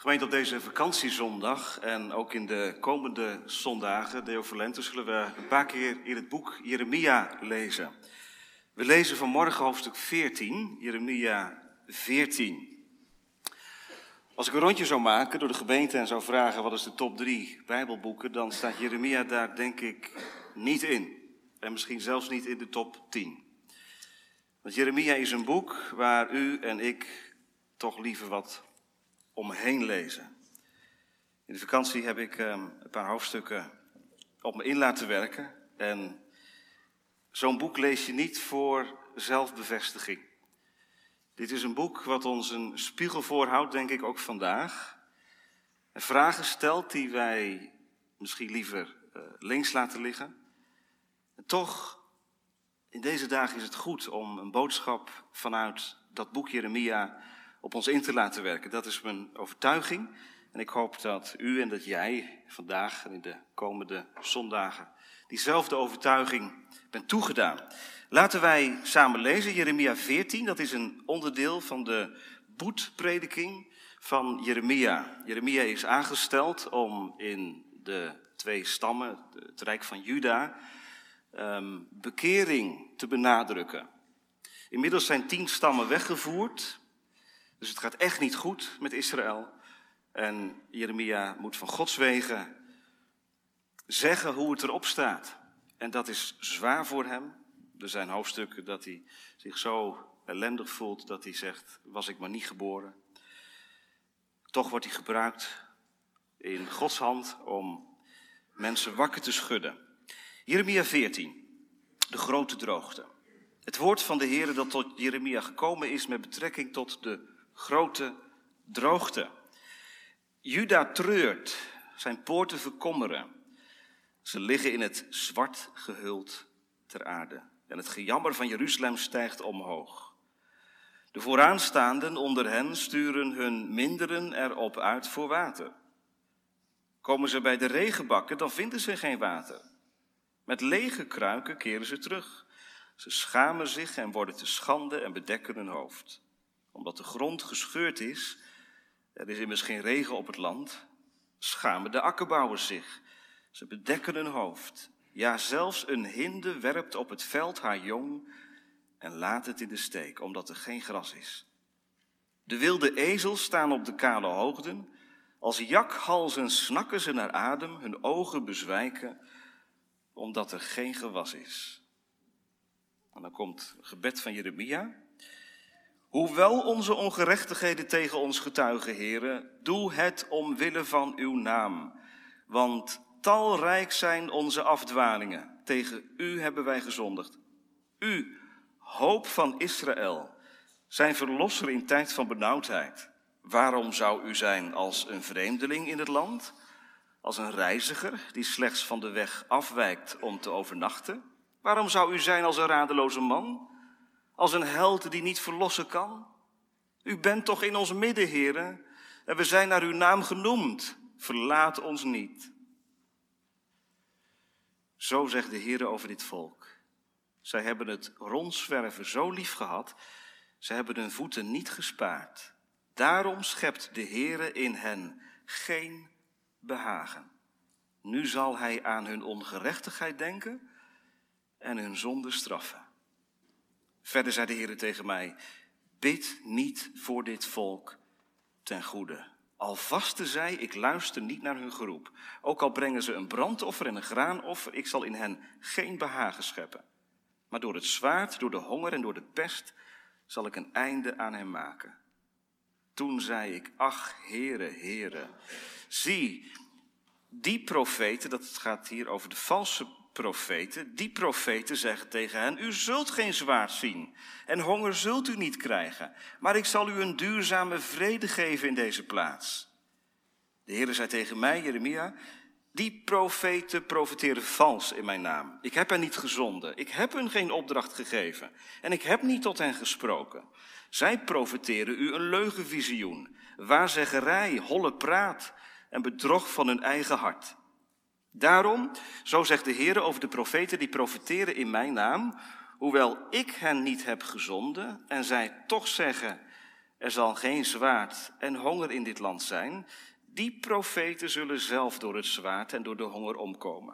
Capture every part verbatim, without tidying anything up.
Gemeente, op deze vakantiezondag en ook in de komende zondagen, Deo Volente, zullen we een paar keer in het boek Jeremia lezen. We lezen vanmorgen hoofdstuk veertien, Jeremia veertien. Als ik een rondje zou maken door de gemeente en zou vragen wat is de top drie Bijbelboeken, dan staat Jeremia daar denk ik niet in. En misschien zelfs niet in de top tien. Want Jeremia is een boek waar u en ik toch liever wat omheen lezen. In de vakantie heb ik um, een paar hoofdstukken op me in laten werken. En zo'n boek lees je niet voor zelfbevestiging. Dit is een boek wat ons een spiegel voorhoudt, denk ik ook vandaag. En vragen stelt die wij misschien liever uh, links laten liggen. En toch, in deze dagen is het goed om een boodschap vanuit dat boek Jeremia op ons in te laten werken. Dat is mijn overtuiging. En ik hoop dat u en dat jij vandaag en in de komende zondagen diezelfde overtuiging bent toegedaan. Laten wij samen lezen Jeremia veertien. Dat is een onderdeel van de boetprediking van Jeremia. Jeremia is aangesteld om in de twee stammen, het rijk van Juda, um, bekering te benadrukken. Inmiddels zijn tien stammen weggevoerd. Dus het gaat echt niet goed met Israël. En Jeremia moet van Gods wegen zeggen hoe het erop staat. En dat is zwaar voor hem. Er zijn hoofdstukken dat hij zich zo ellendig voelt dat hij zegt, was ik maar niet geboren. Toch wordt hij gebruikt in Gods hand om mensen wakker te schudden. Jeremia veertien, de grote droogte. Het woord van de Heere dat tot Jeremia gekomen is met betrekking tot de grote droogte. Juda treurt, zijn poorten verkommeren. Ze liggen in het zwart gehuld ter aarde. En het gejammer van Jeruzalem stijgt omhoog. De vooraanstaanden onder hen sturen hun minderen erop uit voor water. Komen ze bij de regenbakken, dan vinden ze geen water. Met lege kruiken keren ze terug. Ze schamen zich en worden te schande en bedekken hun hoofd. Omdat de grond gescheurd is, er is immers geen regen op het land, schamen de akkerbouwers zich. Ze bedekken hun hoofd. Ja, zelfs een hinde werpt op het veld haar jong en laat het in de steek, omdat er geen gras is. De wilde ezels staan op de kale hoogten. Als jakhalzen snakken ze naar adem, hun ogen bezwijken, omdat er geen gewas is. En dan komt het gebed van Jeremia. Hoewel onze ongerechtigheden tegen ons getuigen, Heere, doe het omwille van uw naam. Want talrijk zijn onze afdwalingen. Tegen u hebben wij gezondigd. U, hoop van Israël, zijn verlosser in tijd van benauwdheid. Waarom zou u zijn als een vreemdeling in het land? Als een reiziger die slechts van de weg afwijkt om te overnachten? Waarom zou u zijn als een radeloze man? Als een held die niet verlossen kan? U bent toch in ons midden, Heere, en we zijn naar uw naam genoemd. Verlaat ons niet. Zo zegt de Heere over dit volk. Zij hebben het rondzwerven zo lief gehad, zij hebben hun voeten niet gespaard. Daarom schept de Heere in hen geen behagen. Nu zal hij aan hun ongerechtigheid denken en hun zonde straffen. Verder zei de Heere tegen mij, bid niet voor dit volk ten goede. Al vasten zij, ik luister niet naar hun geroep. Ook al brengen ze een brandoffer en een graanoffer, ik zal in hen geen behagen scheppen. Maar door het zwaard, door de honger en door de pest zal ik een einde aan hen maken. Toen zei ik, ach Heere, Heere, zie, die profeten, dat gaat hier over de valse profeten, die profeten zeggen tegen hen, u zult geen zwaard zien en honger zult u niet krijgen, maar ik zal u een duurzame vrede geven in deze plaats. De Heere zei tegen mij, Jeremia, die profeten profeteren vals in mijn naam. Ik heb hen niet gezonden, ik heb hun geen opdracht gegeven en ik heb niet tot hen gesproken. Zij profeteren u een leugenvisioen, waarzeggerij, holle praat en bedrog van hun eigen hart. Daarom, zo zegt de Heere over de profeten die profeteren in mijn naam, hoewel ik hen niet heb gezonden en zij toch zeggen, Er zal geen zwaard en honger in dit land zijn. Die profeten zullen zelf door het zwaard en door de honger omkomen.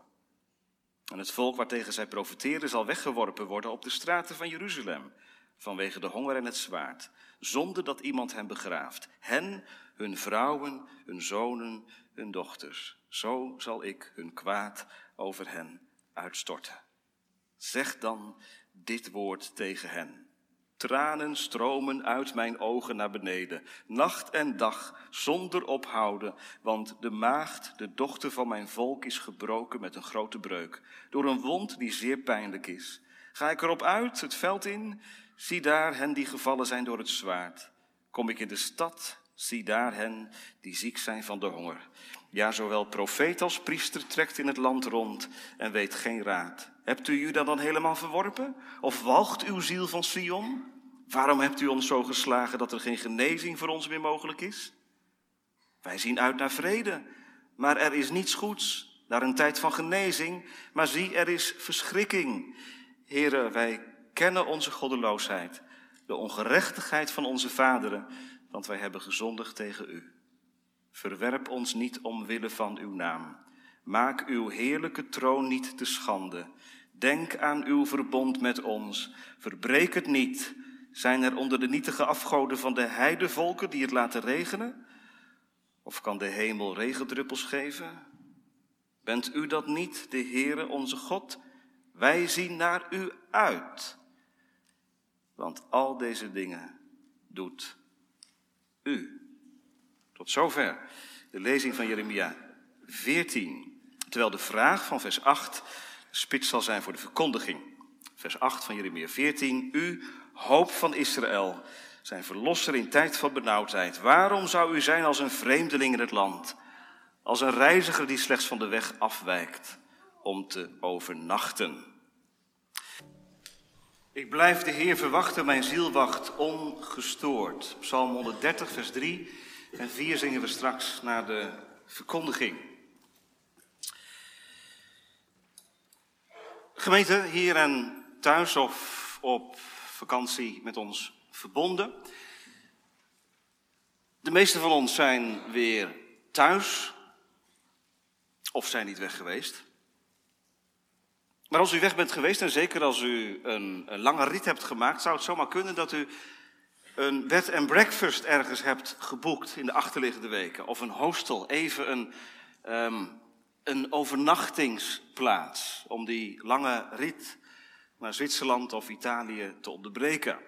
En het volk waartegen zij profeteren zal weggeworpen worden op de straten van Jeruzalem, vanwege de honger en het zwaard, zonder dat iemand hen begraaft. Hen, hun vrouwen, hun zonen, hun dochters. Zo zal ik hun kwaad over hen uitstorten. Zeg dan dit woord tegen hen. Tranen stromen uit mijn ogen naar beneden, nacht en dag, zonder ophouden, want de maagd, de dochter van mijn volk, is gebroken met een grote breuk, door een wond die zeer pijnlijk is. Ga ik erop uit, het veld in, zie daar hen die gevallen zijn door het zwaard. Kom ik in de stad, zie daar hen die ziek zijn van de honger. Ja, zowel profeet als priester trekt in het land rond en weet geen raad. Hebt u Juda dan helemaal verworpen? Of walgt uw ziel van Sion? Waarom hebt u ons zo geslagen dat er geen genezing voor ons meer mogelijk is? Wij zien uit naar vrede, maar er is niets goeds. Naar een tijd van genezing, maar zie, er is verschrikking. Heren, wij kennen onze goddeloosheid, de ongerechtigheid van onze vaderen, want wij hebben gezondigd tegen u. Verwerp ons niet omwille van uw naam. Maak uw heerlijke troon niet te schande. Denk aan uw verbond met ons. Verbreek het niet. Zijn er onder de nietige afgoden van de heidevolken die het laten regenen? Of kan de hemel regendruppels geven? Bent u dat niet, de Heere onze God? Wij zien naar u uit. Want al deze dingen doet u. Tot zover de lezing van Jeremia veertien. Terwijl de vraag van vers acht spits zal zijn voor de verkondiging. Vers acht van Jeremia veertien. U, hoop van Israël, zijn verlosser in tijd van benauwdheid. Waarom zou u zijn als een vreemdeling in het land? Als een reiziger die slechts van de weg afwijkt om te overnachten. Ik blijf de Heer verwachten, mijn ziel wacht ongestoord. Psalm honderddertig, vers drie en vier zingen we straks naar de verkondiging. Gemeente, hier en thuis of op vakantie met ons verbonden. De meeste van ons zijn weer thuis of zijn niet weg geweest. Maar als u weg bent geweest, en zeker als u een, een lange rit hebt gemaakt, zou het zomaar kunnen dat u een bed and breakfast ergens hebt geboekt in de achterliggende weken. Of een hostel, even een, um, een overnachtingsplaats om die lange rit naar Zwitserland of Italië te onderbreken.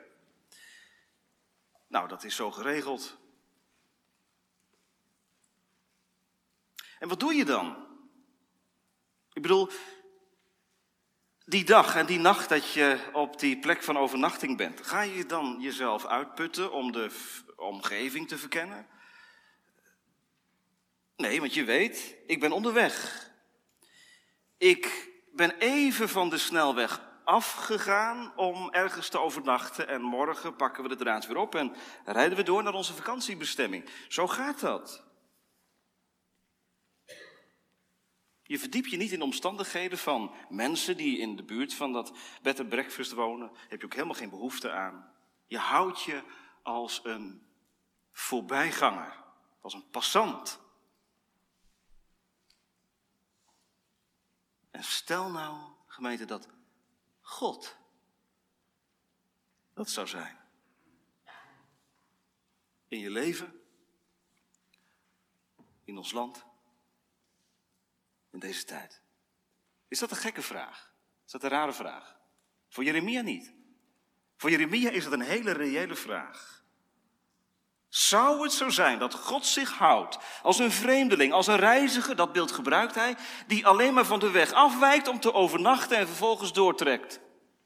Nou, dat is zo geregeld. En wat doe je dan? Ik bedoel, die dag en die nacht dat je op die plek van overnachting bent, ga je dan jezelf uitputten om de f- omgeving te verkennen? Nee, want je weet, ik ben onderweg. Ik ben even van de snelweg afgegaan om ergens te overnachten en morgen pakken we de draad weer op en rijden we door naar onze vakantiebestemming. Zo gaat dat. Je verdiept je niet in de omstandigheden van mensen die in de buurt van dat bed and breakfast wonen. Daar heb je ook helemaal geen behoefte aan. Je houdt je als een voorbijganger, als een passant. En stel nou, gemeente, dat God dat zou zijn. In je leven, in ons land, in deze tijd. Is dat een gekke vraag? Is dat een rare vraag? Voor Jeremia niet. Voor Jeremia is het een hele reële vraag. Zou het zo zijn dat God zich houdt als een vreemdeling, als een reiziger, dat beeld gebruikt hij, die alleen maar van de weg afwijkt om te overnachten en vervolgens doortrekt?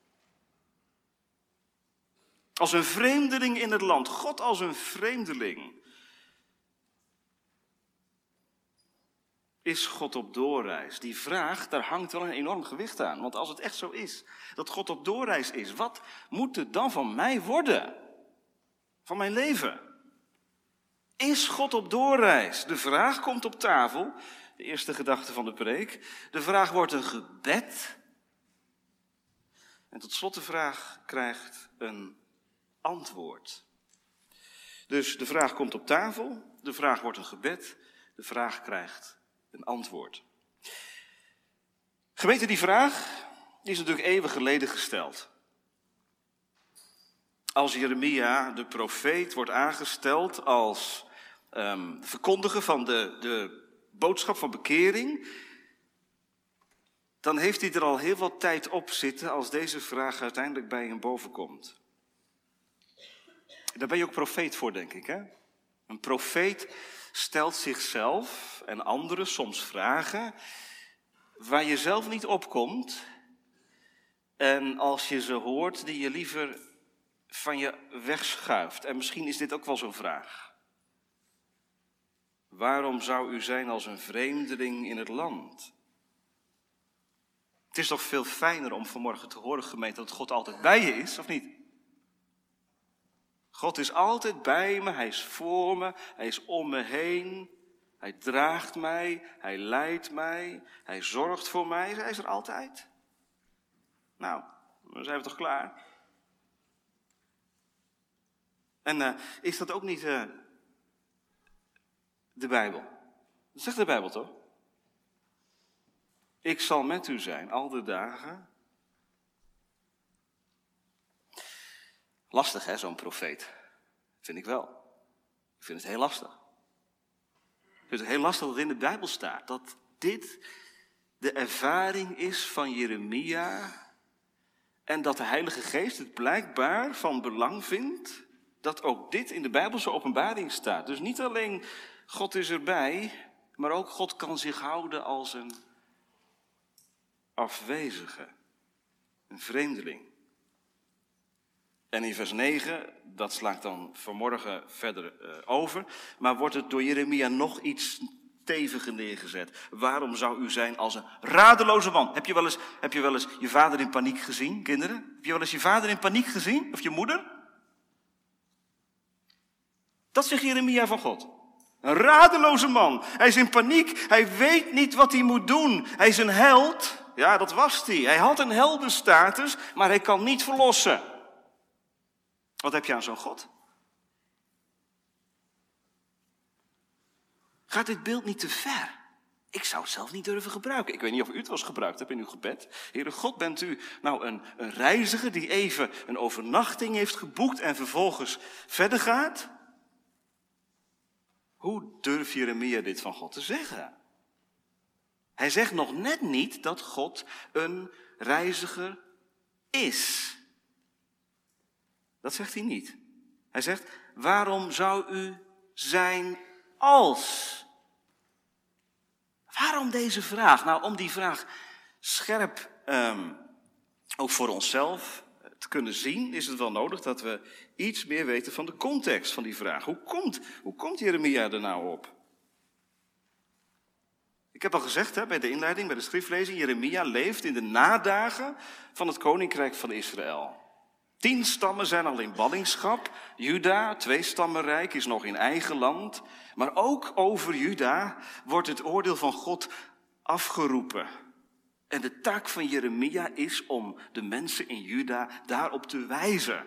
Als een vreemdeling in het land, God als een vreemdeling. Is God op doorreis? Die vraag, daar hangt wel een enorm gewicht aan. Want als het echt zo is, dat God op doorreis is, wat moet het dan van mij worden? Van mijn leven? Is God op doorreis? De vraag komt op tafel, de eerste gedachte van de preek. De vraag wordt een gebed. En tot slot de vraag krijgt een antwoord. Dus de vraag komt op tafel, de vraag wordt een gebed, de vraag krijgt een antwoord. Gemeente, die vraag die is natuurlijk eeuwen geleden gesteld. Als Jeremia, de profeet, wordt aangesteld als um, verkondiger van de, de boodschap van bekering, dan heeft hij er al heel wat tijd op zitten als deze vraag uiteindelijk bij hem bovenkomt. Daar ben je ook profeet voor, denk ik, hè? Een profeet stelt zichzelf en anderen soms vragen waar je zelf niet opkomt. En als je ze hoort, die je liever van je wegschuift. En misschien is dit ook wel zo'n vraag. Waarom zou u zijn als een vreemdeling in het land? Het is toch veel fijner om vanmorgen te horen, gemeente, dat God altijd bij je is, of niet? God is altijd bij me, hij is voor me, hij is om me heen. Hij draagt mij, hij leidt mij, hij zorgt voor mij. Hij is er altijd. Nou, dan zijn we toch klaar? En uh, is dat ook niet uh, de Bijbel? Dat zegt de Bijbel toch? Ik zal met u zijn al de dagen. Lastig hè, zo'n profeet. Vind ik wel. Ik vind het heel lastig. Ik vind het heel lastig dat het in de Bijbel staat. Dat dit de ervaring is van Jeremia. En dat de Heilige Geest het blijkbaar van belang vindt dat ook dit in de Bijbelse openbaring staat. Dus niet alleen God is erbij, maar ook God kan zich houden als een afwezige, een vreemdeling. En in vers negen, dat sla ik dan vanmorgen verder uh, over, maar wordt het door Jeremia nog iets steviger neergezet. Waarom zou u zijn als een radeloze man? Heb je wel eens, heb je wel eens je vader in paniek gezien, kinderen? Heb je wel eens je vader in paniek gezien? Of je moeder? Dat zegt Jeremia van God. Een radeloze man. Hij is in paniek. Hij weet niet wat hij moet doen. Hij is een held. Ja, dat was hij. Hij had een heldenstatus, maar hij kan niet verlossen. Wat heb je aan zo'n God? Gaat dit beeld niet te ver? Ik zou het zelf niet durven gebruiken. Ik weet niet of u het wel eens gebruikt hebt in uw gebed. Heere God, bent u nou een, een reiziger die even een overnachting heeft geboekt en vervolgens verder gaat? Hoe durf Jeremia dit van God te zeggen? Hij zegt nog net niet dat God een reiziger is. Dat zegt hij niet. Hij zegt, waarom zou u zijn als? Waarom deze vraag? Nou, om die vraag scherp, um, ook voor onszelf, te kunnen zien, is het wel nodig dat we iets meer weten van de context van die vraag. Hoe komt, hoe komt Jeremia er nou op? Ik heb al gezegd hè, bij de inleiding, bij de schriftlezing, Jeremia leeft in de nadagen van het koninkrijk van Israël. Tien stammen zijn al in ballingschap. Juda, tweestammenrijk, is nog in eigen land. Maar ook over Juda wordt het oordeel van God afgeroepen. En de taak van Jeremia is om de mensen in Juda daarop te wijzen.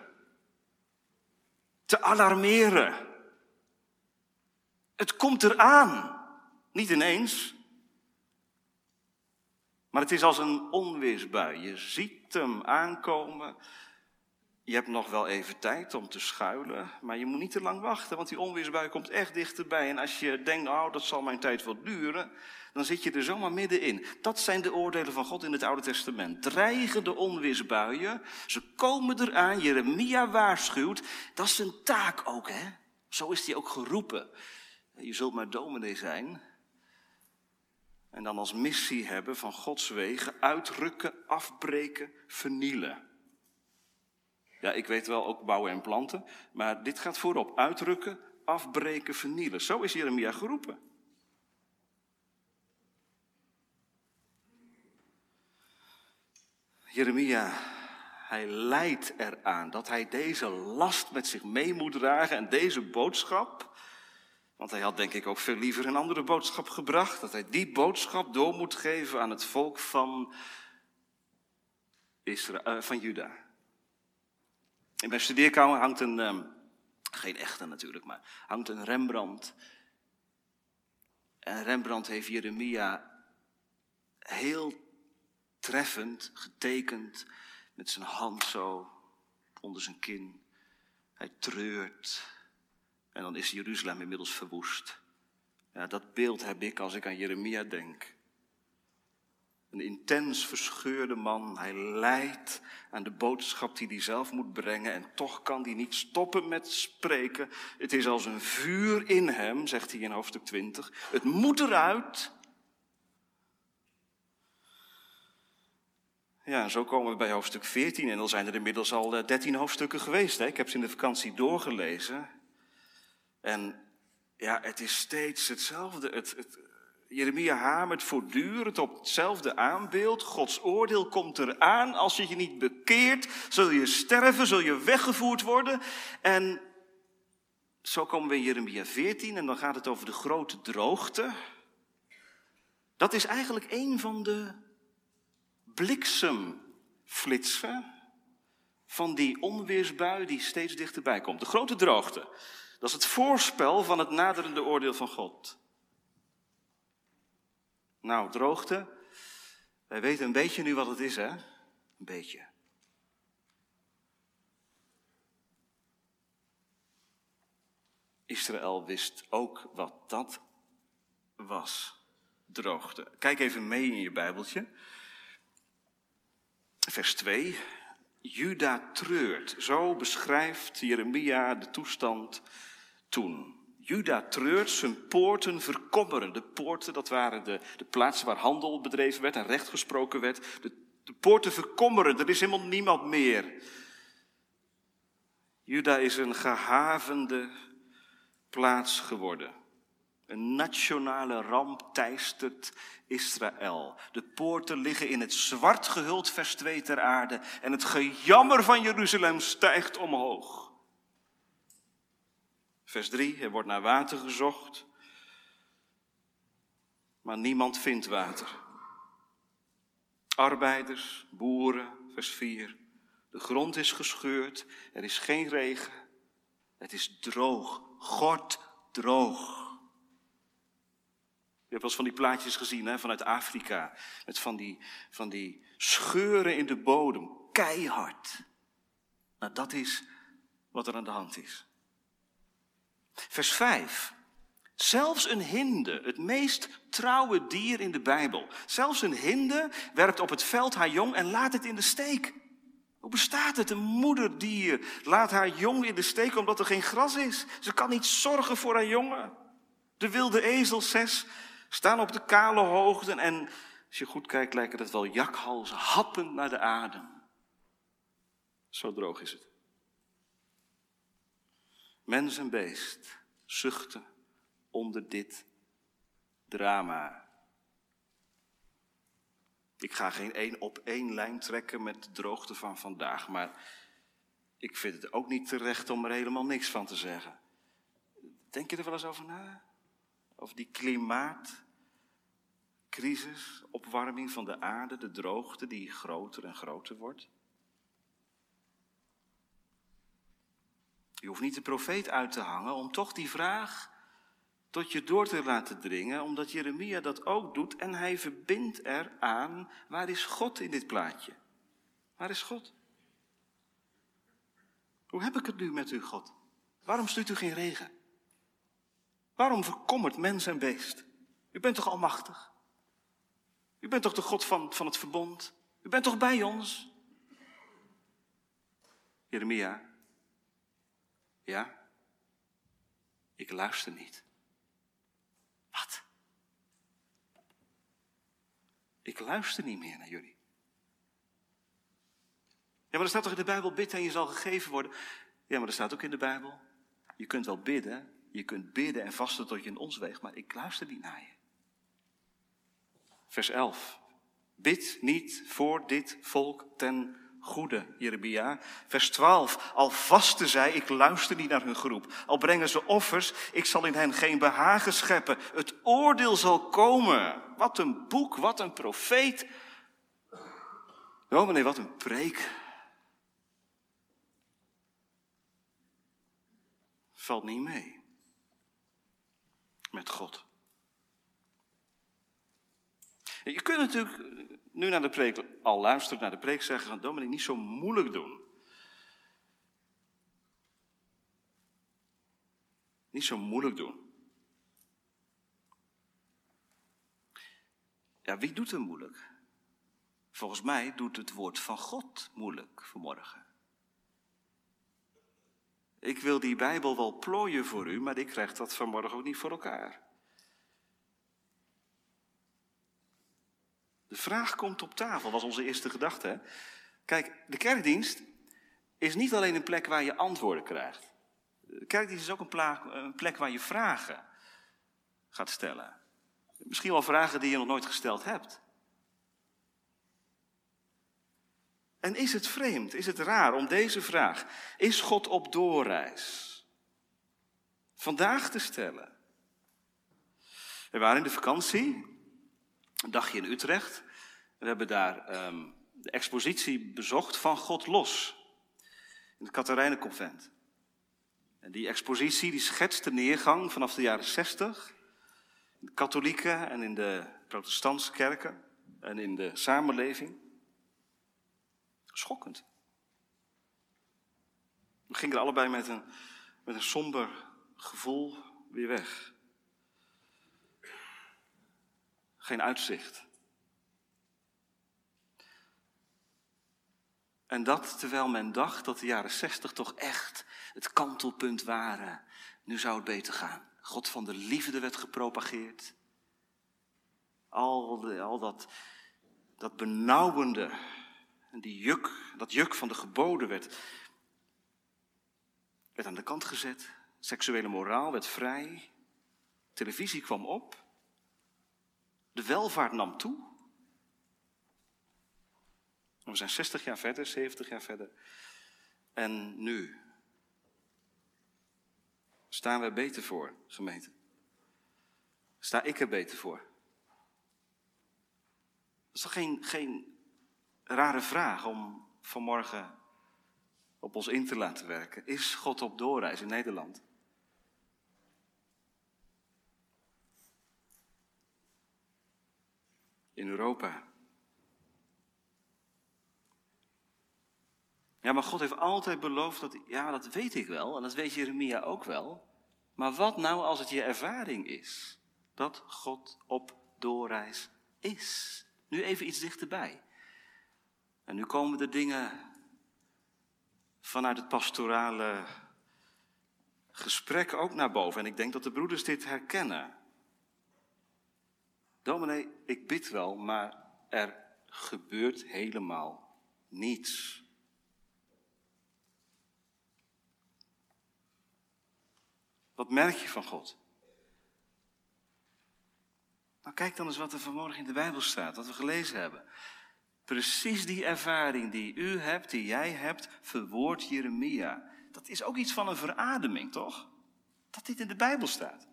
Te alarmeren. Het komt eraan. Niet ineens. Maar het is als een onweersbui. Je ziet hem aankomen. Je hebt nog wel even tijd om te schuilen, maar je moet niet te lang wachten, want die onweersbui komt echt dichterbij. En als je denkt, nou, dat zal mijn tijd wel duren, dan zit je er zomaar middenin. Dat zijn de oordelen van God in het Oude Testament. Dreigende onweersbuien, ze komen eraan, Jeremia waarschuwt. Dat is zijn taak ook, hè. Zo is hij ook geroepen. Je zult maar dominee zijn. En dan als missie hebben van Gods wegen, uitrukken, afbreken, vernielen. Ja, ik weet wel ook bouwen en planten, maar dit gaat voorop. Uitrukken, afbreken, vernielen. Zo is Jeremia geroepen. Jeremia, hij lijdt eraan dat hij deze last met zich mee moet dragen en deze boodschap. Want hij had denk ik ook veel liever een andere boodschap gebracht. Dat hij die boodschap door moet geven aan het volk van, Israël, uh, van Juda. In mijn studeerkamer hangt een, um, Geen echte natuurlijk, maar hangt een Rembrandt. En Rembrandt heeft Jeremia heel treffend getekend met zijn hand zo onder zijn kin. Hij treurt en dan is Jeruzalem inmiddels verwoest. Ja, dat beeld heb ik als ik aan Jeremia denk. Een intens verscheurde man. Hij lijdt aan de boodschap die hij zelf moet brengen. En toch kan hij niet stoppen met spreken. Het is als een vuur in hem, zegt hij in hoofdstuk twintig. Het moet eruit. Ja, en zo komen we bij hoofdstuk veertien. En dan zijn er inmiddels al dertien hoofdstukken geweest. Hè? Ik heb ze in de vakantie doorgelezen. En ja, het is steeds hetzelfde. Het, het, Jeremia hamert voortdurend op hetzelfde aanbeeld. Gods oordeel komt eraan. Als je je niet bekeert, zul je sterven, zul je weggevoerd worden. En zo komen we in Jeremia veertien en dan gaat het over de grote droogte. Dat is eigenlijk een van de bliksemflitsen van die onweersbui die steeds dichterbij komt. De grote droogte. Dat is het voorspel van het naderende oordeel van God. Nou, droogte. Wij weten een beetje nu wat het is, hè? Een beetje. Israël wist ook wat dat was. Droogte. Kijk even mee in je Bijbeltje. Vers twee. Juda treurt. Zo beschrijft Jeremia de toestand toen. Juda treurt, zijn poorten verkommeren. De poorten, dat waren de, de plaatsen waar handel bedreven werd en recht gesproken werd. De, de poorten verkommeren, er is helemaal niemand meer. Juda is een gehavende plaats geworden. Een nationale ramp teistert Israël. De poorten liggen in het zwart gehuld, vers twee ter aarde. En het gejammer van Jeruzalem stijgt omhoog. Vers drie, er wordt naar water gezocht. Maar niemand vindt water. Arbeiders, boeren, vers vier. De grond is gescheurd, er is geen regen. Het is droog, God droog. Je hebt wel eens van die plaatjes gezien, hè, vanuit Afrika. Met van die, van die scheuren in de bodem. Keihard. Nou, dat is wat er aan de hand is. Vers vijf. Zelfs een hinde, het meest trouwe dier in de Bijbel. Zelfs een hinde werpt op het veld haar jong en laat het in de steek. Hoe bestaat het? Een moederdier laat haar jong in de steek omdat er geen gras is. Ze kan niet zorgen voor haar jongen. De wilde ezels, zes, staan op de kale hoogten en als je goed kijkt lijken het wel jakhalzen, happend naar de adem. Zo droog is het. Mens en beest zuchten onder dit drama. Ik ga geen één op één lijn trekken met de droogte van vandaag, maar ik vind het ook niet terecht om er helemaal niks van te zeggen. Denk je er wel eens over na? Over die klimaatcrisis, opwarming van de aarde, de droogte die groter en groter wordt? Je hoeft niet de profeet uit te hangen om toch die vraag tot je door te laten dringen, omdat Jeremia dat ook doet en hij verbindt eraan, waar is God in dit plaatje? Waar is God? Hoe heb ik het nu met u, God? Waarom stuurt u geen regen? Waarom verkommert mens en beest? U bent toch almachtig? U bent toch de God van, van het verbond? U bent toch bij ons? Jeremia, ja, ik luister niet. Wat? Ik luister niet meer naar jullie. Ja, maar er staat toch in de Bijbel, bid en je zal gegeven worden. Ja, maar er staat ook in de Bijbel, je kunt wel bidden, je kunt bidden en vasten tot je in ons weegt, maar ik luister niet naar je. Vers elf. Bid niet voor dit volk ten goede, Jeremia. Vers twaalf. Al vasten zij, ik luister niet naar hun geroep. Al brengen ze offers, ik zal in hen geen behagen scheppen. Het oordeel zal komen. Wat een boek, wat een profeet. Dominee, wat een preek. valt niet mee. Met God. Je kunt natuurlijk nu naar de preek, al luisteren naar de preek, zeggen, dominee, niet zo moeilijk doen. Niet zo moeilijk doen. Ja, wie doet er moeilijk? Volgens mij doet het woord van God moeilijk vanmorgen. Ik wil die Bijbel wel plooien voor u, maar ik krijg dat vanmorgen ook niet voor elkaar. De vraag komt op tafel, was onze eerste gedachte. Hè? Kijk, de kerkdienst is niet alleen een plek waar je antwoorden krijgt. De kerkdienst is ook een, pla- een plek waar je vragen gaat stellen. Misschien wel vragen die je nog nooit gesteld hebt. En is het vreemd, is het raar om deze vraag, is God op doorreis, vandaag te stellen? We waren in de vakantie, een dagje in Utrecht. We hebben daar um, de expositie bezocht van God los, in het Catharijnenconvent. En die expositie die schetst de neergang vanaf de jaren zestig, in de katholieke en in de protestantse kerken en in de samenleving. Schokkend. We gingen er allebei met een, met een somber gevoel weer weg. Geen uitzicht. En dat terwijl men dacht dat de jaren zestig toch echt het kantelpunt waren. Nu zou het beter gaan. God van de liefde werd gepropageerd. Al, de, al dat, dat benauwende. En die juk, dat juk van de geboden werd, werd aan de kant gezet. Seksuele moraal werd vrij. Televisie kwam op. De welvaart nam toe. We zijn zestig jaar verder, zeventig jaar verder. En nu staan we er beter voor, gemeente. Sta ik er beter voor? Dat is toch geen, geen rare vraag om vanmorgen op ons in te laten werken. Is God op doorreis in Nederland? In Europa? Ja, maar God heeft altijd beloofd dat... Ja, dat weet ik wel en dat weet Jeremia ook wel. Maar wat nou als het je ervaring is? Dat God op doorreis is. Nu even iets dichterbij. En nu komen de dingen vanuit het pastorale gesprek ook naar boven. En ik denk dat de broeders dit herkennen. Dominee, ik bid wel, maar er gebeurt helemaal niets. Wat merk je van God? Nou, kijk dan eens wat er vanmorgen in de Bijbel staat, wat we gelezen hebben. Precies die ervaring die u hebt, die jij hebt, verwoordt Jeremia. Dat is ook iets van een verademing, toch? Dat dit in de Bijbel staat.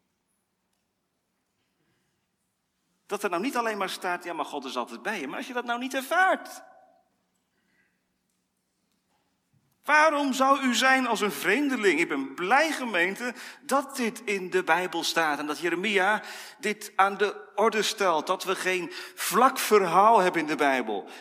Dat er nou niet alleen maar staat, ja, maar God is altijd bij je. Maar als je dat nou niet ervaart. Waarom zou u zijn als een vreemdeling? Ik ben blij, gemeente, dat dit in de Bijbel staat. En dat Jeremia dit aan de orde stelt. Dat we geen vlak verhaal hebben in de Bijbel.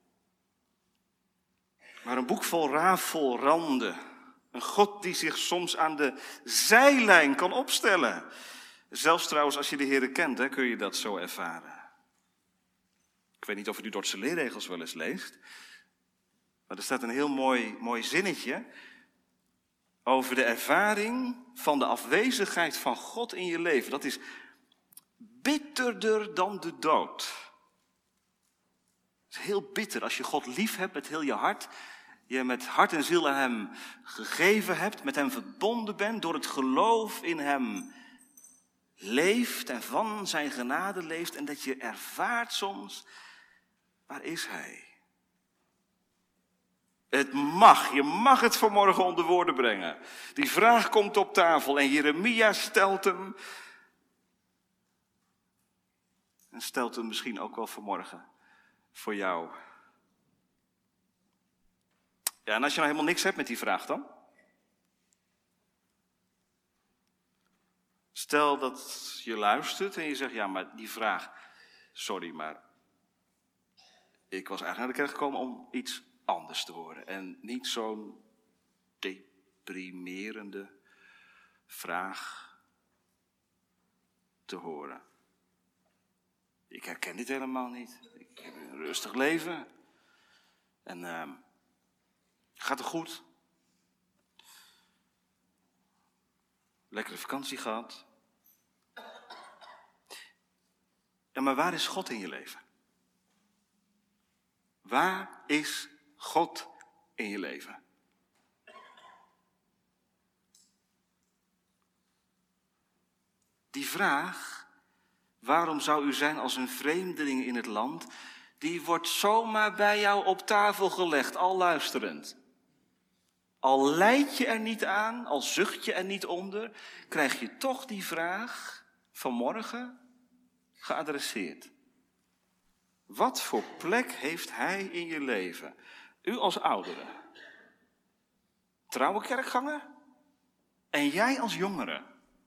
Maar een boek vol raafvol randen. Een God die zich soms aan de zijlijn kan opstellen. Zelfs trouwens, als je de Heere kent, hè, kun je dat zo ervaren. Ik weet niet of u de Dordtse leerregels wel eens leest. Maar er staat een heel mooi, mooi zinnetje over de ervaring van de afwezigheid van God in je leven. Dat is bitterder dan de dood. Het is heel bitter als je God lief hebt met heel je hart. Je met hart en ziel aan hem gegeven hebt, met hem verbonden bent, door het geloof in hem leeft en van zijn genade leeft. En dat je ervaart soms, waar is hij? Het mag, je mag het vanmorgen onder woorden brengen. Die vraag komt op tafel en Jeremia stelt hem. En stelt hem misschien ook wel vanmorgen voor jou. Ja, en als je nou helemaal niks hebt met die vraag dan? Stel dat je luistert en je zegt, ja, maar die vraag, sorry, maar ik was eigenlijk naar de kerk gekomen om iets anders te horen. En niet zo'n deprimerende vraag te horen. Ik herken dit helemaal niet. Ik heb een rustig leven. En uh, gaat het goed? Lekkere vakantie gehad. Ja, maar waar is God in je leven? Waar is God in je leven? Die vraag, waarom zou u zijn als een vreemdeling in het land, die wordt zomaar bij jou op tafel gelegd, al luisterend. Al lijd je er niet aan, al zucht je er niet onder, krijg je toch die vraag vanmorgen geadresseerd. Wat voor plek heeft hij in je leven? U als oudere, trouwe kerkganger en jij als jongere.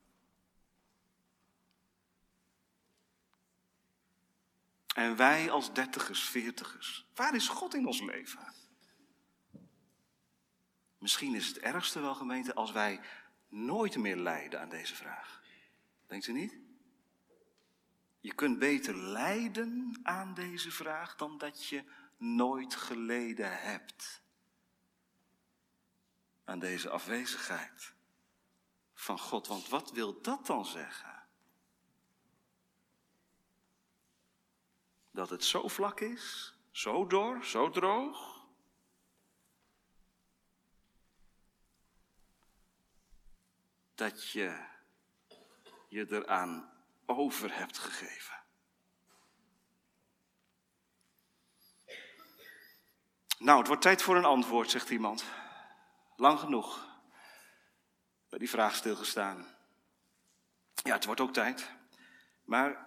En wij als dertigers, veertigers. Waar is God in ons leven? Misschien is het ergste wel, gemeente, als wij nooit meer lijden aan deze vraag. Denkt u niet? Je kunt beter lijden aan deze vraag dan dat je nooit geleden hebt. Aan deze afwezigheid van God. Want wat wil dat dan zeggen? Dat het zo vlak is, zo dor, zo droog. Dat je je eraan over hebt gegeven. Nou, het wordt tijd voor een antwoord, zegt iemand. Lang genoeg bij die vraag stilgestaan. Ja, het wordt ook tijd. Maar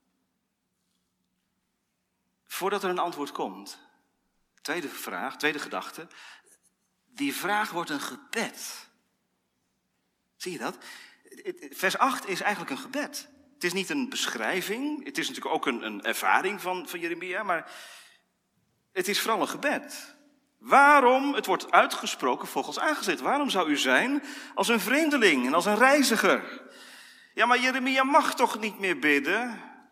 voordat er een antwoord komt, tweede vraag, tweede gedachte, die vraag wordt een gebed. Zie je dat? Vers acht is eigenlijk een gebed. Het is niet een beschrijving, het is natuurlijk ook een, een ervaring van, van Jeremia, maar het is vooral een gebed. Waarom, het wordt uitgesproken voor Gods aangezicht, waarom zou u zijn als een vreemdeling en als een reiziger? Ja, maar Jeremia mag toch niet meer bidden?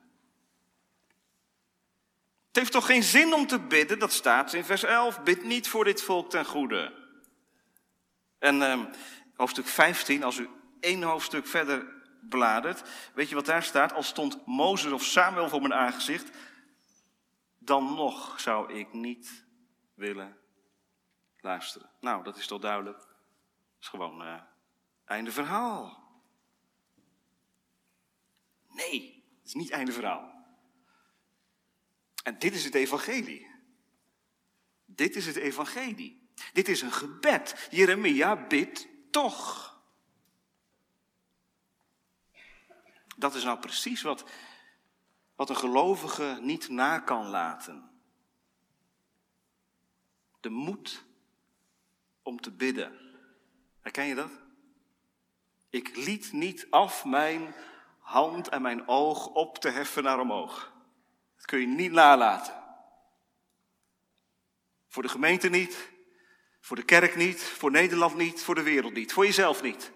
Het heeft toch geen zin om te bidden, dat staat in vers elf, bid niet voor dit volk ten goede. En eh, hoofdstuk vijftien, als u één hoofdstuk verder bladert, weet je wat daar staat? Al stond Mozes of Samuel voor mijn aangezicht, dan nog zou ik niet willen luisteren. Nou, dat is toch duidelijk? Dat is gewoon uh, einde verhaal. Nee, het is niet einde verhaal. En dit is het evangelie. Dit is het evangelie. Dit is een gebed. Jeremia bidt toch. Dat is nou precies wat, wat een gelovige niet na kan laten. De moed om te bidden. Herken je dat? Ik liet niet af mijn hand en mijn oog op te heffen naar omhoog. Dat kun je niet nalaten. Voor de gemeente niet, voor de kerk niet, voor Nederland niet, voor de wereld niet, voor jezelf niet.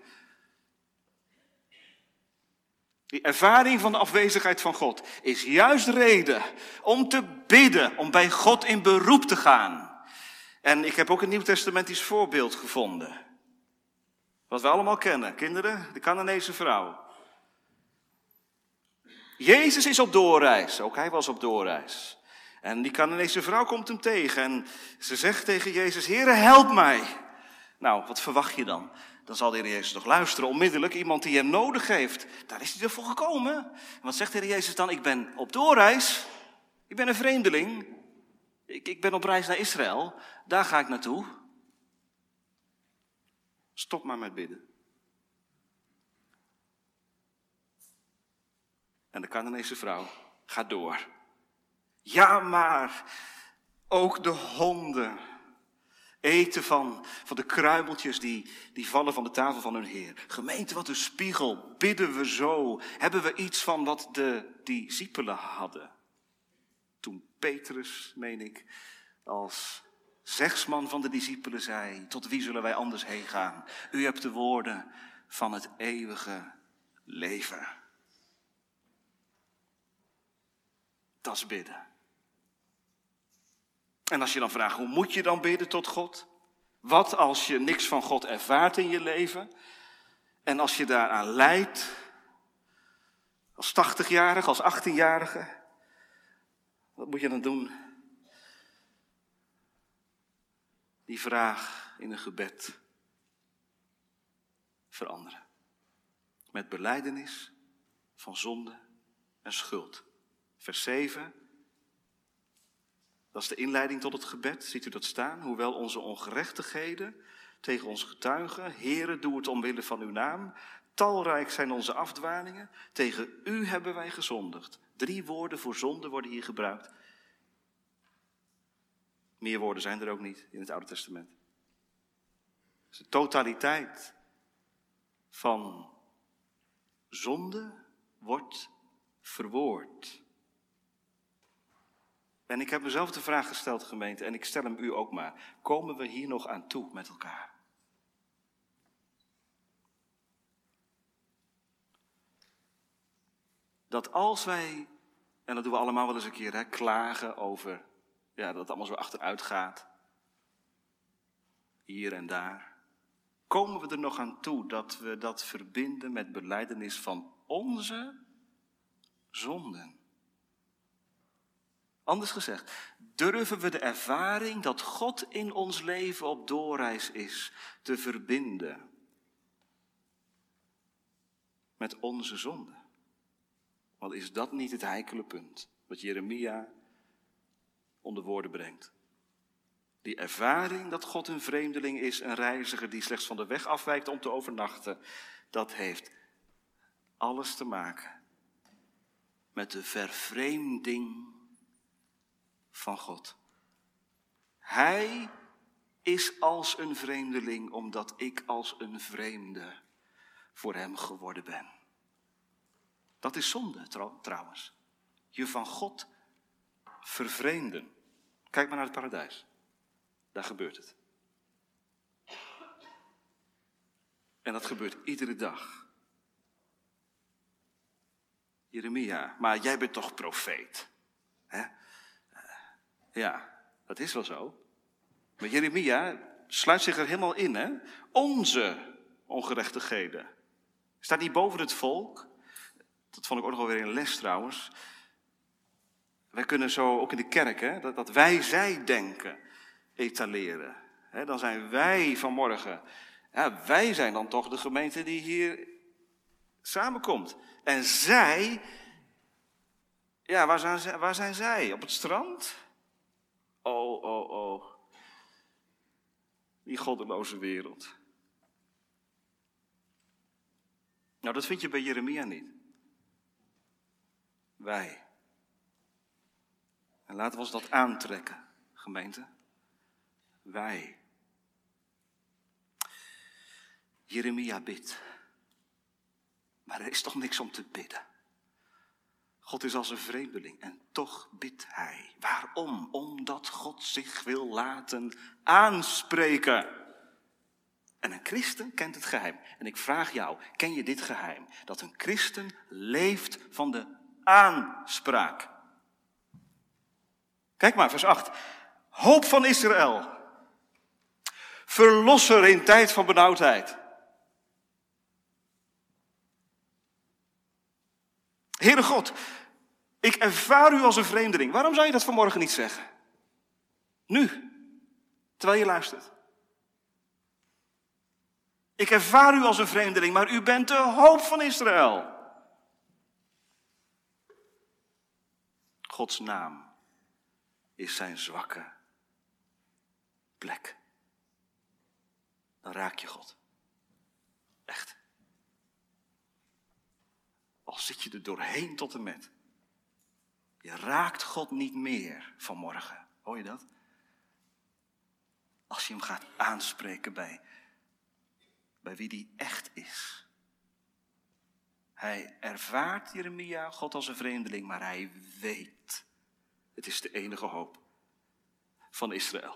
Die ervaring van de afwezigheid van God is juist reden om te bidden, om bij God in beroep te gaan. En ik heb ook een nieuwtestamentisch voorbeeld gevonden. Wat we allemaal kennen, kinderen, de Canaanese vrouw. Jezus is op doorreis, ook hij was op doorreis. En die Canaanese vrouw komt hem tegen en ze zegt tegen Jezus, Heere, help mij. Nou, wat verwacht je dan? Dan zal de Heer Jezus toch luisteren, onmiddellijk. Iemand die hem nodig heeft, daar is hij ervoor gekomen. En wat zegt de Heer Jezus dan? Ik ben op doorreis, ik ben een vreemdeling. Ik, ik ben op reis naar Israël, daar ga ik naartoe. Stop maar met bidden. En de Canaanese vrouw gaat door. Ja, maar ook de honden Eten van, van de kruimeltjes die, die vallen van de tafel van hun Heer. Gemeente, wat een spiegel. Bidden we zo? Hebben we iets van wat de discipelen hadden? Toen Petrus, meen ik, als zegsman van de discipelen zei: tot wie zullen wij anders heen gaan? U hebt de woorden van het eeuwige leven. Dat is bidden. En als je dan vraagt, hoe moet je dan bidden tot God? Wat als je niks van God ervaart in je leven? En als je daaraan lijdt, als tachtigjarige, als achttienjarige, wat moet je dan doen? Die vraag in een gebed veranderen. Met belijdenis van zonde en schuld. Vers zeven. Dat is de inleiding tot het gebed. Ziet u dat staan? Hoewel onze ongerechtigheden tegen ons getuigen. Heere, doe het omwille van uw naam. Talrijk zijn onze afdwalingen. Tegen u hebben wij gezondigd. Drie woorden voor zonde worden hier gebruikt. Meer woorden zijn er ook niet in het Oude Testament. Dus de totaliteit van zonde wordt verwoord. En ik heb mezelf de vraag gesteld, gemeente, en ik stel hem u ook maar. Komen we hier nog aan toe met elkaar? Dat als wij, en dat doen we allemaal wel eens een keer, hè, klagen over ja, dat het allemaal zo achteruit gaat. Hier en daar. Komen we er nog aan toe dat we dat verbinden met belijdenis van onze zonden? Anders gezegd, durven we de ervaring dat God in ons leven op doorreis is te verbinden met onze zonde? Want is dat niet het heikele punt wat Jeremia onder woorden brengt? Die ervaring dat God een vreemdeling is, een reiziger die slechts van de weg afwijkt om te overnachten, dat heeft alles te maken met de vervreemding van God. Hij is als een vreemdeling, omdat ik als een vreemde voor hem geworden ben. Dat is zonde trouwens. Je van God vervreemden. Kijk maar naar het paradijs. Daar gebeurt het. En dat gebeurt iedere dag. Jeremia, maar jij bent toch profeet? Hè? Ja, dat is wel zo. Maar Jeremia sluit zich er helemaal in, hè? Onze ongerechtigheden. Staat niet boven het volk. Dat vond ik ook nog wel weer een les trouwens. Wij kunnen zo, ook in de kerk, hè, dat, dat wij zij denken etaleren. Hè, dan zijn wij vanmorgen, ja, wij zijn dan toch de gemeente die hier samenkomt. En zij, ja, waar zijn, zij, waar zijn zij? Op het strand? Oh, oh, oh. Die goddeloze wereld. Nou, dat vind je bij Jeremia niet. Wij. En laten we ons dat aantrekken, gemeente. Wij. Jeremia bidt. Maar er is toch niks om te bidden. God is als een vreemdeling en toch bidt hij. Waarom? Omdat God zich wil laten aanspreken. En een christen kent het geheim. En ik vraag jou, ken je dit geheim? Dat een christen leeft van de aanspraak. Kijk maar, vers acht. Hoop van Israël. Verlosser in tijd van benauwdheid. Heere God, ik ervaar u als een vreemdeling. Waarom zou je dat vanmorgen niet zeggen? Nu, terwijl je luistert. Ik ervaar u als een vreemdeling, maar u bent de hoop van Israël. Gods naam is zijn zwakke plek. Dan raak je God. Echt. Al zit je er doorheen tot en met. Je raakt God niet meer vanmorgen. Hoor je dat? als je hem gaat aanspreken bij, bij wie die echt is. Hij ervaart, Jeremia, God als een vreemdeling, maar hij weet, het is de enige hoop van Israël.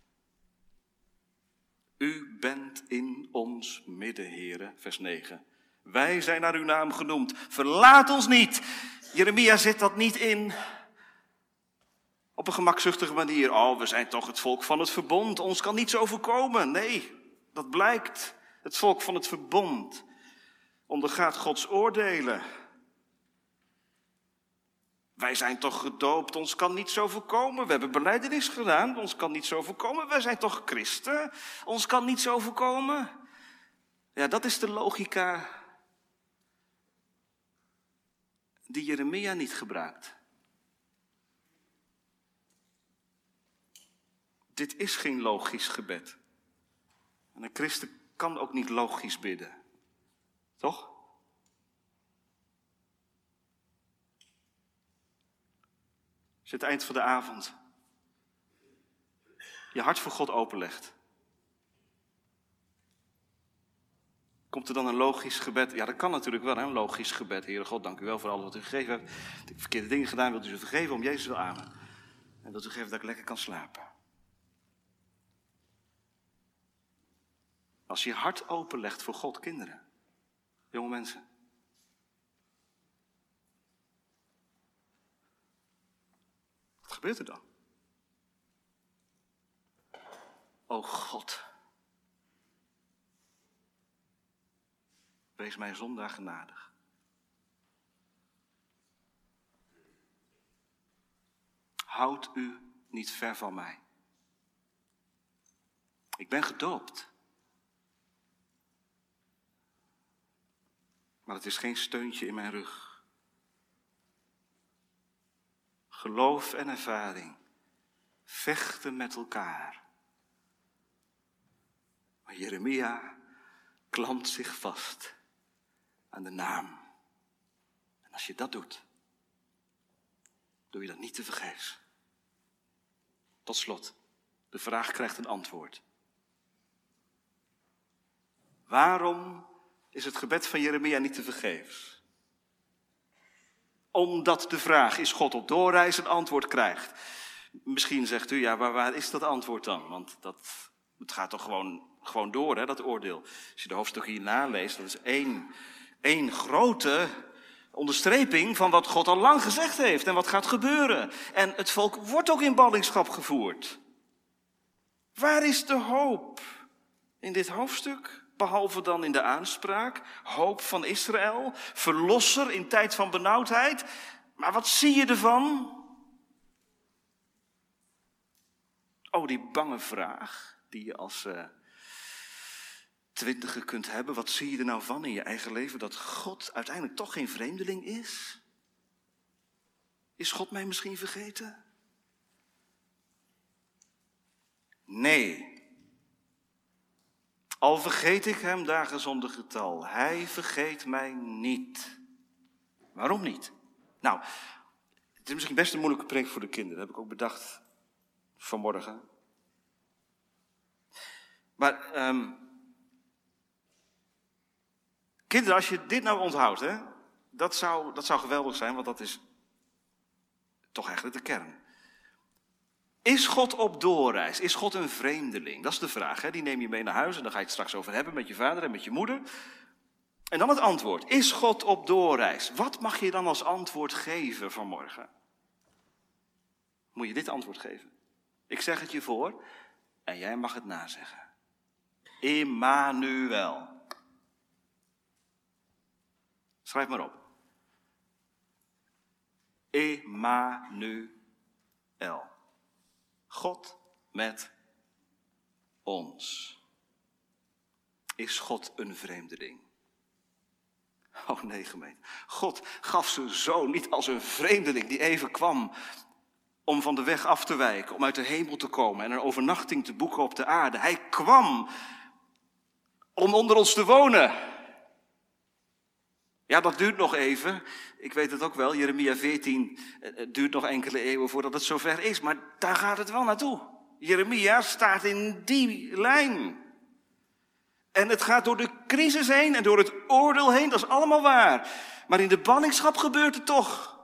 U bent in ons midden, Heere, vers negen. Wij zijn naar uw naam genoemd. Verlaat ons niet. Jeremia zet dat niet in op een gemakzuchtige manier. Oh, we zijn toch het volk van het verbond. Ons kan niets overkomen. Nee, dat blijkt. Het volk van het verbond ondergaat Gods oordelen. Wij zijn toch gedoopt, ons kan niets overkomen. We hebben belijdenis gedaan, ons kan niets overkomen. Wij zijn toch christen, ons kan niets overkomen. Ja, dat is de logica die Jeremia niet gebruikt. Dit is geen logisch gebed. En een christen kan ook niet logisch bidden. Toch? Als je het eind van de avond je hart voor God openlegt, komt er dan een logisch gebed? Ja, dat kan natuurlijk wel, hè? Een logisch gebed. Heere God, dank u wel voor alles wat u gegeven hebt. Ik heb verkeerde dingen gedaan, wilt u ze vergeven om Jezus wil amen. En wilt u geven dat ik lekker kan slapen. Als je je hart openlegt voor God, kinderen, jonge mensen. Wat gebeurt er dan? O God, wees mij zondaar genadig. Houd u niet ver van mij. Ik ben gedoopt. Maar het is geen steuntje in mijn rug. Geloof en ervaring vechten met elkaar. Maar Jeremia klampt zich vast aan de naam. En als je dat doet, doe je dat niet tevergeefs. Tot slot, de vraag krijgt een antwoord. Waarom is het gebed van Jeremia niet tevergeefs? Omdat de vraag, is God op doorreis, een antwoord krijgt. Misschien zegt u, ja, maar waar is dat antwoord dan? Want dat, het gaat toch gewoon, gewoon door, hè, dat oordeel. Als je de hoofdstuk hier naleest, dat is één, één grote onderstreping van wat God al lang gezegd heeft en wat gaat gebeuren. En het volk wordt ook in ballingschap gevoerd. Waar is de hoop in dit hoofdstuk? Behalve dan in de aanspraak, hoop van Israël, verlosser in tijd van benauwdheid. Maar wat zie je ervan? Oh, die bange vraag die je als uh, twintiger kunt hebben. Wat zie je er nou van in je eigen leven? Dat God uiteindelijk toch geen vreemdeling is? Is God mij misschien vergeten? Nee. Al vergeet ik hem dagen zonder getal, hij vergeet mij niet. Waarom niet? Nou, het is misschien best een moeilijke preek voor de kinderen. Dat heb ik ook bedacht vanmorgen. Maar, um, kinderen, als je dit nou onthoudt, hè, dat zou, dat zou geweldig zijn, want dat is toch eigenlijk de kern. Is God op doorreis? Is God een vreemdeling? Dat is de vraag, hè? Die neem je mee naar huis en daar ga je het straks over hebben met je vader en met je moeder. En dan het antwoord. Is God op doorreis? Wat mag je dan als antwoord geven vanmorgen? Moet je dit antwoord geven? Ik zeg het je voor en jij mag het nazeggen. Immanuel. Schrijf maar op. Immanuel. God met ons. Is God een vreemdeling? Oh nee, gemeente. God gaf zijn zoon niet als een vreemdeling die even kwam om van de weg af te wijken, om uit de hemel te komen en een overnachting te boeken op de aarde. Hij kwam om onder ons te wonen. Ja, dat duurt nog even. Ik weet het ook wel, Jeremia veertien, het duurt nog enkele eeuwen voordat het zover is, maar daar gaat het wel naartoe. Jeremia staat in die lijn. En het gaat door de crisis heen en door het oordeel heen, dat is allemaal waar. Maar in de ballingschap gebeurt het toch.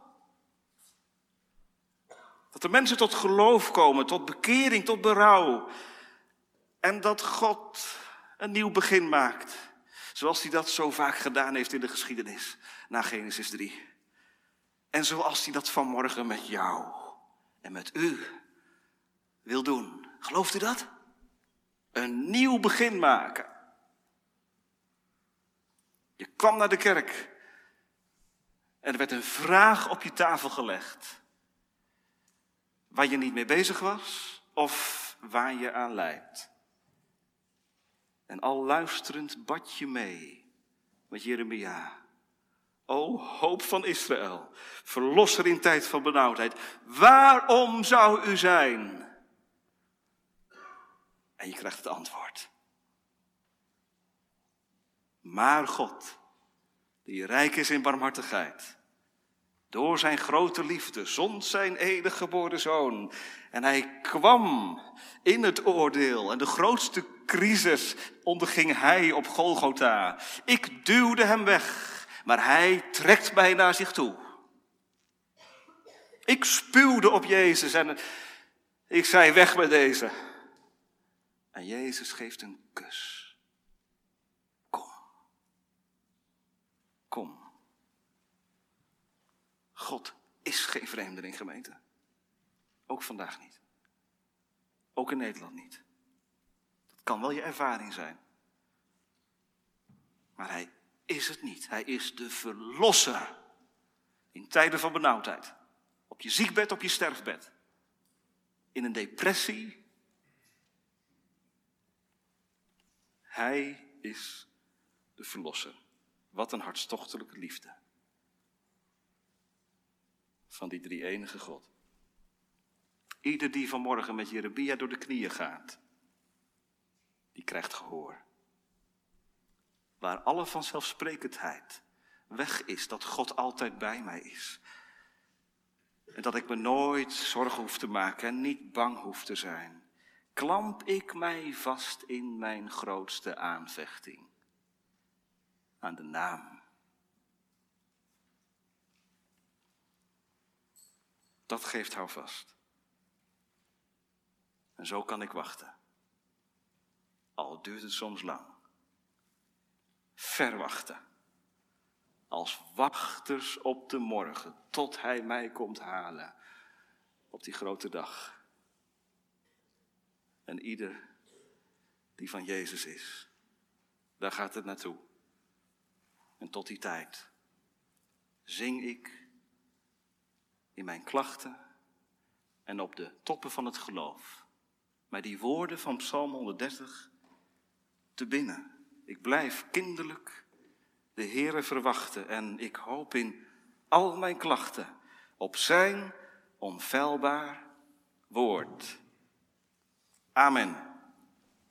Dat de mensen tot geloof komen, tot bekering, tot berouw. En dat God een nieuw begin maakt. Zoals hij dat zo vaak gedaan heeft in de geschiedenis, na Genesis drie. En zoals hij dat vanmorgen met jou en met u wil doen. Gelooft u dat? Een nieuw begin maken. Je kwam naar de kerk en er werd een vraag op je tafel gelegd. Waar je niet mee bezig was of waar je aan lijdt. En al luisterend bad je mee met Jeremia. O hoop van Israël, verlosser in tijd van benauwdheid. Waarom zou u zijn? En je krijgt het antwoord. Maar God, die rijk is in barmhartigheid, door zijn grote liefde zond zijn enige geboren zoon. En hij kwam in het oordeel en de grootste crisis onderging hij op Golgotha. Ik duwde hem weg, maar hij trekt mij naar zich toe. Ik spuwde op Jezus en ik zei weg met deze. En Jezus geeft een kus. Kom. Kom. God is geen vreemdeling, gemeente. Ook vandaag niet. Ook in Nederland niet. Dat kan wel je ervaring zijn. Maar hij is het niet. Hij is de verlosser. In tijden van benauwdheid. Op je ziekbed, op je sterfbed. In een depressie. Hij is de verlosser. Wat een hartstochtelijke liefde. Van die drie-enige God. Ieder die vanmorgen met Jeremia door de knieën gaat, die krijgt gehoor. Waar alle vanzelfsprekendheid weg is, dat God altijd bij mij is. En dat ik me nooit zorgen hoef te maken en niet bang hoef te zijn. Klamp ik mij vast in mijn grootste aanvechting. Aan de naam. Dat geeft houvast. En zo kan ik wachten. Al duurt het soms lang. Verwachten. Als wachters op de morgen. Tot hij mij komt halen. Op die grote dag. En ieder die van Jezus is. Daar gaat het naartoe. En tot die tijd. Zing ik. In mijn klachten. En op de toppen van het geloof. Maar die woorden van Psalm honderddertig te binnen. Ik blijf kinderlijk de Heere verwachten en ik hoop in al mijn klachten op zijn onfeilbaar woord. Amen.